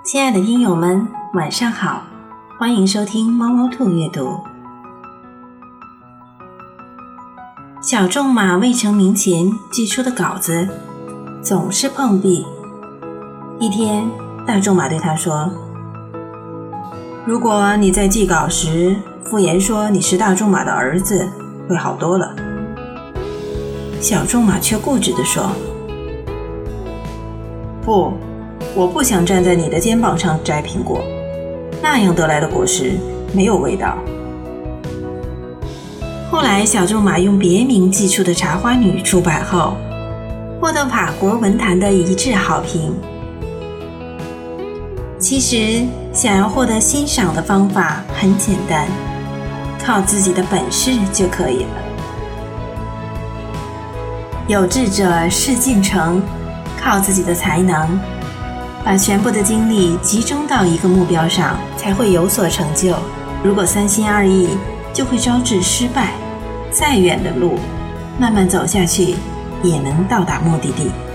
亲爱的听友们，晚上好，欢迎收听猫猫兔阅读。小仲马未成名前寄出的稿子总是碰壁。一天，大仲马对他说，如果你在寄稿时敷衍说你是大仲马的儿子，会好多了。小仲马却固执地说，不，我不想站在你的肩膀上摘苹果，那样得来的果实没有味道。后来小仲马用别名寄出的《茶花女》出版后，获得法国文坛的一致好评。其实想要获得欣赏的方法很简单，靠自己的本事就可以了。有志者事竟成，靠自己的才能，把全部的精力集中到一个目标上，才会有所成就。如果三心二意，就会招致失败。再远的路，慢慢走下去，也能到达目的地。